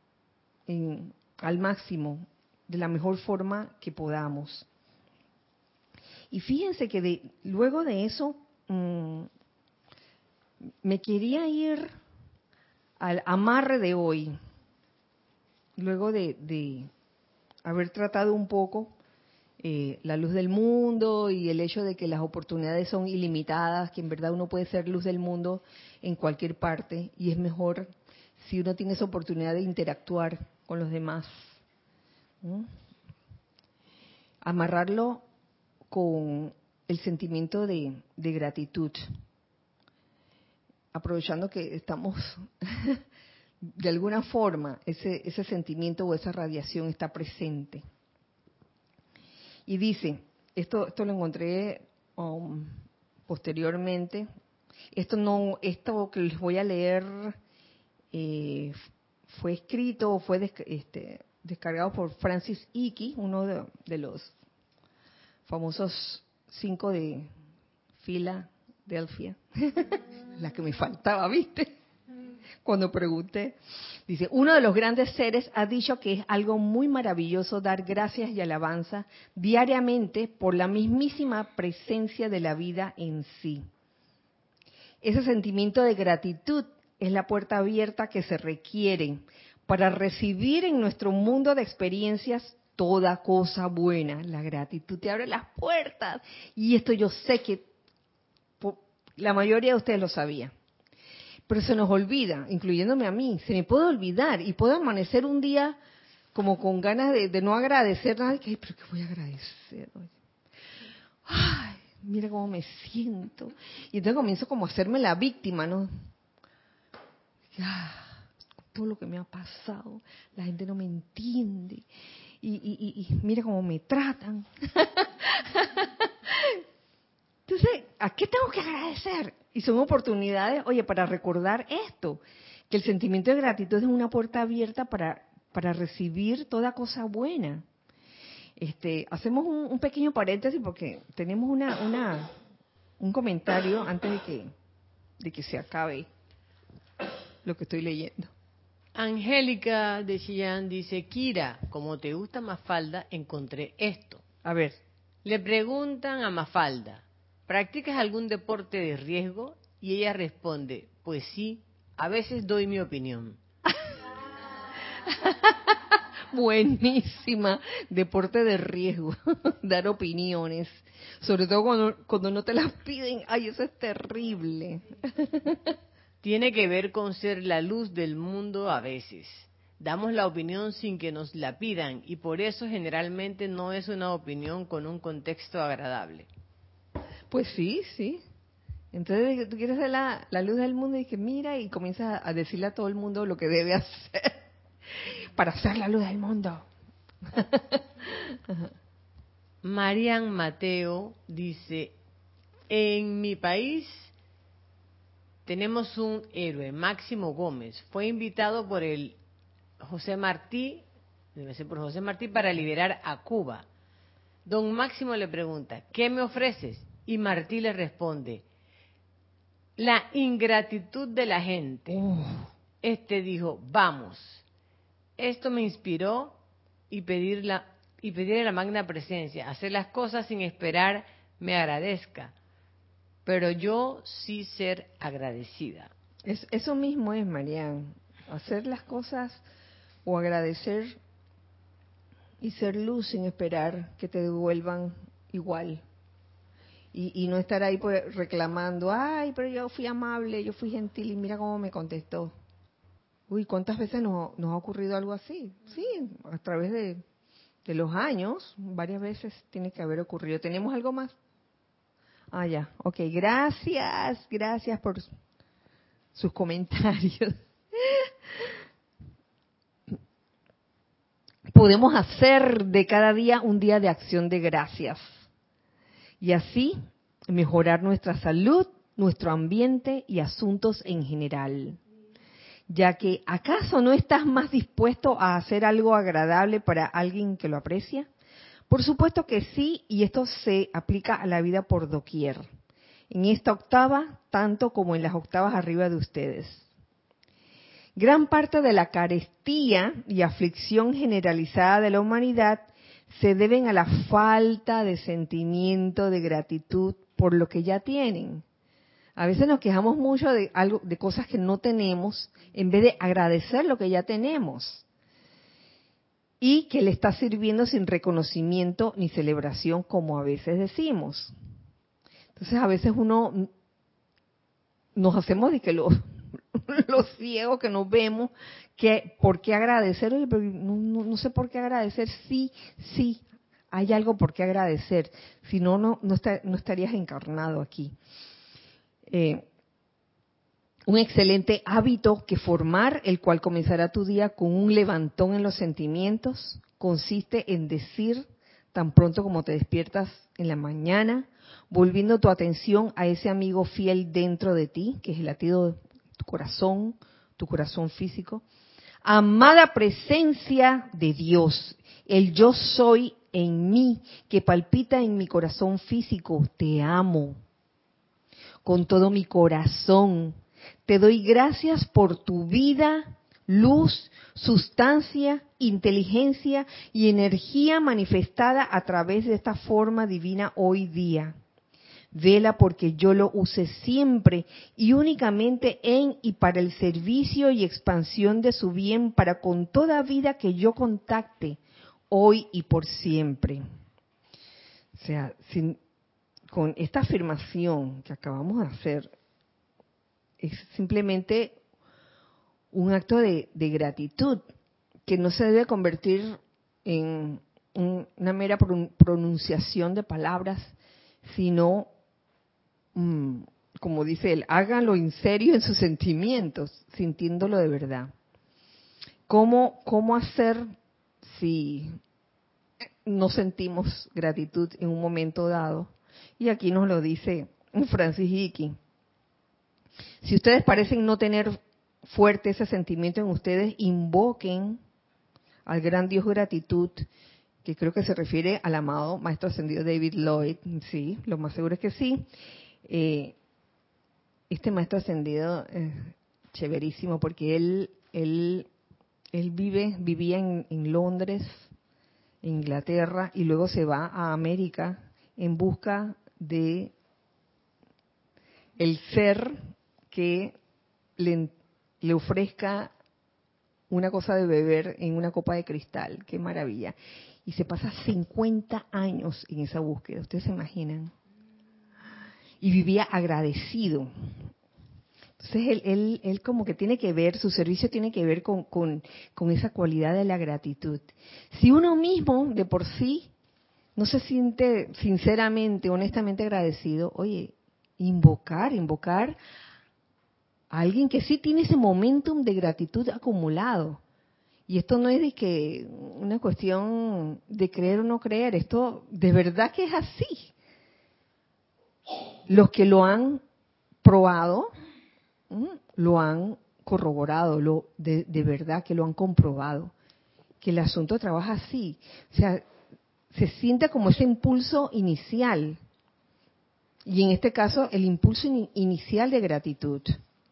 al máximo, de la mejor forma que podamos. Y fíjense que luego de eso me quería ir al amarre de hoy, luego de haber tratado un poco la luz del mundo y el hecho de que las oportunidades son ilimitadas, que en verdad uno puede ser luz del mundo en cualquier parte, y es mejor si uno tiene esa oportunidad de interactuar con los demás. Amarrarlo con el sentimiento de gratitud, aprovechando que estamos de alguna forma, ese sentimiento o esa radiación está presente. Y dice, esto lo encontré posteriormente, esto que les voy a leer fue escrito, fue descargado por Francis Icky, uno de los famosos 5 de Filadelfia, la que me faltaba, ¿viste? Cuando pregunté, dice, uno de los grandes seres ha dicho que es algo muy maravilloso dar gracias y alabanza diariamente por la mismísima presencia de la vida en sí. Ese sentimiento de gratitud es la puerta abierta que se requiere para recibir en nuestro mundo de experiencias toda cosa buena. La gratitud te abre las puertas. Y esto yo sé que la mayoría de ustedes lo sabía. Pero se nos olvida, incluyéndome a mí. Se me puede olvidar y puedo amanecer un día como con ganas de no agradecer nada. Ay, pero ¿qué voy a agradecer? Ay, mira cómo me siento. Y entonces comienzo como a hacerme la víctima, ¿no? Todo lo que me ha pasado, la gente no me entiende. Y mira cómo me tratan. Entonces, ¿a qué tengo que agradecer? Y son oportunidades, oye, para recordar esto, que el sentimiento de gratitud es una puerta abierta para recibir toda cosa buena. Hacemos un pequeño paréntesis porque tenemos un comentario antes de que se acabe lo que estoy leyendo. Angélica de Chillán dice, Kira, como te gusta Mafalda, encontré esto. A ver. Le preguntan a Mafalda, ¿practicas algún deporte de riesgo? Y ella responde, pues sí, a veces doy mi opinión. Buenísima. Deporte de riesgo. Dar opiniones. Sobre todo cuando no te las piden. Ay, eso es terrible. Tiene que ver con ser la luz del mundo a veces. Damos la opinión sin que nos la pidan y por eso generalmente no es una opinión con un contexto agradable. Pues sí, sí. Entonces tú quieres ser la luz del mundo y que mira y comienzas a decirle a todo el mundo lo que debe hacer para ser la luz del mundo. Marian Mateo dice, en mi país tenemos un héroe, Máximo Gómez. Fue invitado por José Martí para liberar a Cuba. Don Máximo le pregunta, ¿qué me ofreces? Y Martí le responde, la ingratitud de la gente. Dijo, vamos. Esto me inspiró y pedirle a la magna presencia, hacer las cosas sin esperar me agradezca, pero yo sí ser agradecida. Eso mismo es, Marian, hacer las cosas o agradecer y ser luz sin esperar que te devuelvan igual. Y no estar ahí pues reclamando, ay, pero yo fui amable, yo fui gentil y mira cómo me contestó. Uy, ¿cuántas veces nos ha ocurrido algo así? Sí, a través de los años, varias veces tiene que haber ocurrido. ¿Tenemos algo más? Ah, ya. Ok, gracias por sus comentarios. Podemos hacer de cada día un día de acción de gracias y así mejorar nuestra salud, nuestro ambiente y asuntos en general. Ya que ¿acaso no estás más dispuesto a hacer algo agradable para alguien que lo aprecia? Por supuesto que sí, y esto se aplica a la vida por doquier. En esta octava, tanto como en las octavas arriba de ustedes. Gran parte de la carestía y aflicción generalizada de la humanidad se deben a la falta de sentimiento de gratitud por lo que ya tienen. A veces nos quejamos mucho de algo, de cosas que no tenemos, en vez de agradecer lo que ya tenemos. Y que le está sirviendo sin reconocimiento ni celebración, como a veces decimos. Entonces a veces nos hacemos de que los ciegos que nos vemos, que por qué agradecer. Oye, pero no sé por qué agradecer. Sí, hay algo por qué agradecer. Si no, no estarías encarnado aquí. Un excelente hábito que formar, el cual comenzará tu día con un levantón en los sentimientos, consiste en decir, tan pronto como te despiertas en la mañana, volviendo tu atención a ese amigo fiel dentro de ti, que es el latido de tu corazón físico: amada presencia de Dios, el yo soy en mí, que palpita en mi corazón físico, te amo con todo mi corazón. Te doy gracias por tu vida, luz, sustancia, inteligencia y energía manifestada a través de esta forma divina hoy día. Vela porque yo lo use siempre y únicamente en y para el servicio y expansión de su bien para con toda vida que yo contacte, hoy y por siempre. O sea, con esta afirmación que acabamos de hacer, es simplemente un acto de gratitud que no se debe convertir en una mera pronunciación de palabras, sino, como dice él, háganlo en serio en sus sentimientos, sintiéndolo de verdad. ¿Cómo hacer si no sentimos gratitud en un momento dado? Y aquí nos lo dice Francis Hickey. Si ustedes parecen no tener fuerte ese sentimiento en ustedes, invoquen al gran Dios gratitud, que creo que se refiere al amado Maestro Ascendido David Lloyd. Sí, lo más seguro es que sí. Este Maestro Ascendido es chéverísimo porque él vivía en Londres, en Inglaterra, y luego se va a América en busca de el ser que le ofrezca una cosa de beber en una copa de cristal. ¡Qué maravilla! Y se pasa 50 años en esa búsqueda, ¿ustedes se imaginan? Y vivía agradecido. Entonces él como que tiene que ver, su servicio tiene que ver con esa cualidad de la gratitud. Si uno mismo de por sí no se siente sinceramente, honestamente agradecido, oye, invocar a alguien que sí tiene ese momentum de gratitud acumulado. Y esto no es de que una cuestión de creer o no creer, esto de verdad que es así. Los que lo han probado, lo han corroborado, de verdad que lo han comprobado, que el asunto trabaja así. O sea, se siente como ese impulso inicial. Y en este caso, el impulso inicial de gratitud.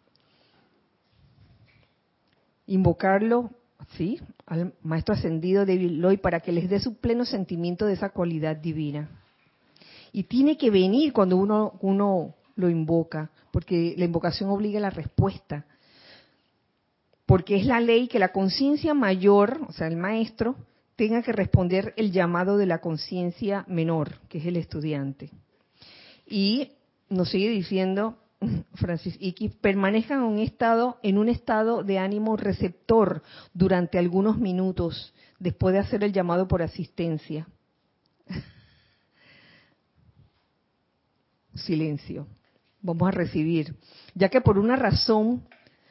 Invocarlo, ¿sí?, al Maestro Ascendido David Lloyd para que les dé su pleno sentimiento de esa cualidad divina. Y tiene que venir cuando uno lo invoca, porque la invocación obliga a la respuesta. Porque es la ley que la conciencia mayor, o sea, el maestro, tenga que responder el llamado de la conciencia menor, que es el estudiante. Y nos sigue diciendo Francis Hickey, permanezcan en un estado de ánimo receptor durante algunos minutos después de hacer el llamado por asistencia. silencio. Vamos a recibir, ya que una razón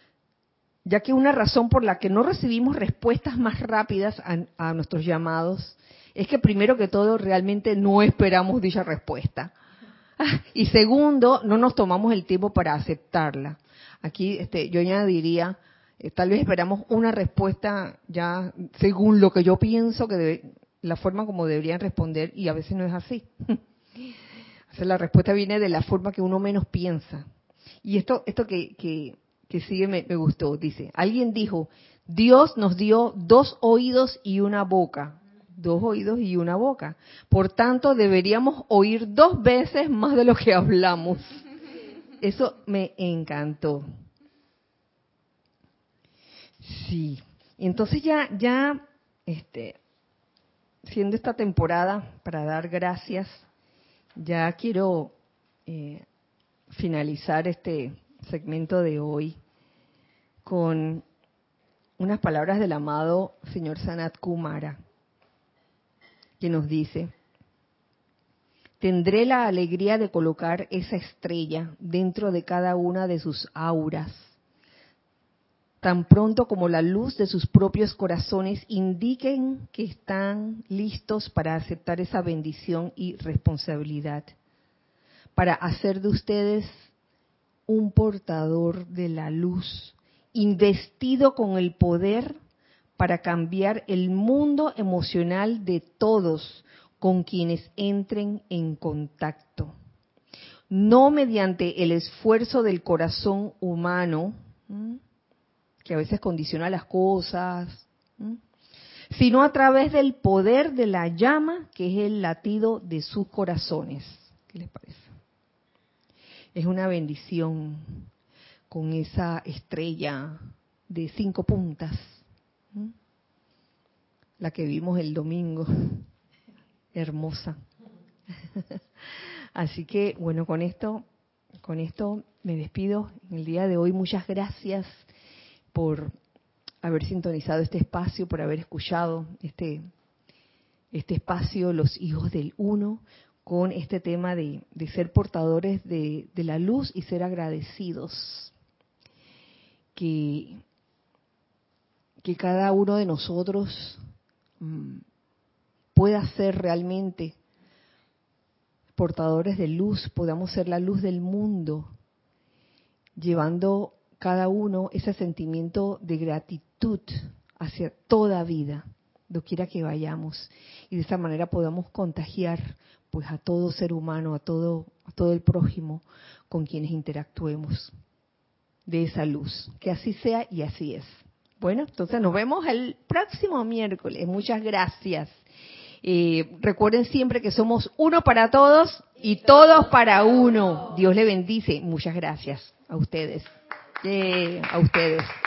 por la que no recibimos respuestas más rápidas a nuestros llamados es que primero que todo realmente no esperamos dicha respuesta. Y segundo, no nos tomamos el tiempo para aceptarla. Aquí yo añadiría, tal vez esperamos una respuesta ya según lo que yo pienso que la forma como deberían responder, y a veces no es así. O sea, la respuesta viene de la forma que uno menos piensa. Y esto que sigue me gustó. Dice, alguien dijo, Dios nos dio 2 oídos y una boca. 2 oídos y una boca. Por tanto, deberíamos oír 2 veces más de lo que hablamos. Eso me encantó. Sí. Entonces ya siendo esta temporada para dar gracias, ya quiero finalizar este segmento de hoy con unas palabras del amado señor Sanat Kumara, que nos dice: tendré la alegría de colocar esa estrella dentro de cada una de sus auras, tan pronto como la luz de sus propios corazones indiquen que están listos para aceptar esa bendición y responsabilidad, para hacer de ustedes un portador de la luz, investido con el poder para cambiar el mundo emocional de todos con quienes entren en contacto. No mediante el esfuerzo del corazón humano, que a veces condiciona las cosas, sino a través del poder de la llama, que es el latido de sus corazones. ¿Qué les parece? Es una bendición con esa estrella de 5 puntas, la que vimos el domingo, hermosa. Así que, bueno, con esto me despido en el día de hoy. Muchas gracias por haber sintonizado este espacio, por haber escuchado este espacio, los hijos del uno, con este tema de ser portadores de la luz y ser agradecidos. Que cada uno de nosotros pueda ser realmente portadores de luz, podamos ser la luz del mundo, llevando cada uno ese sentimiento de gratitud hacia toda vida, doquiera que vayamos, y de esa manera podamos contagiar pues a todo ser humano, a todo el prójimo con quienes interactuemos de esa luz. Que así sea y así es. Bueno, entonces nos vemos el próximo miércoles. Muchas gracias. Recuerden siempre que somos uno para todos y todos para uno. Dios le bendice. Muchas gracias a ustedes. A ustedes.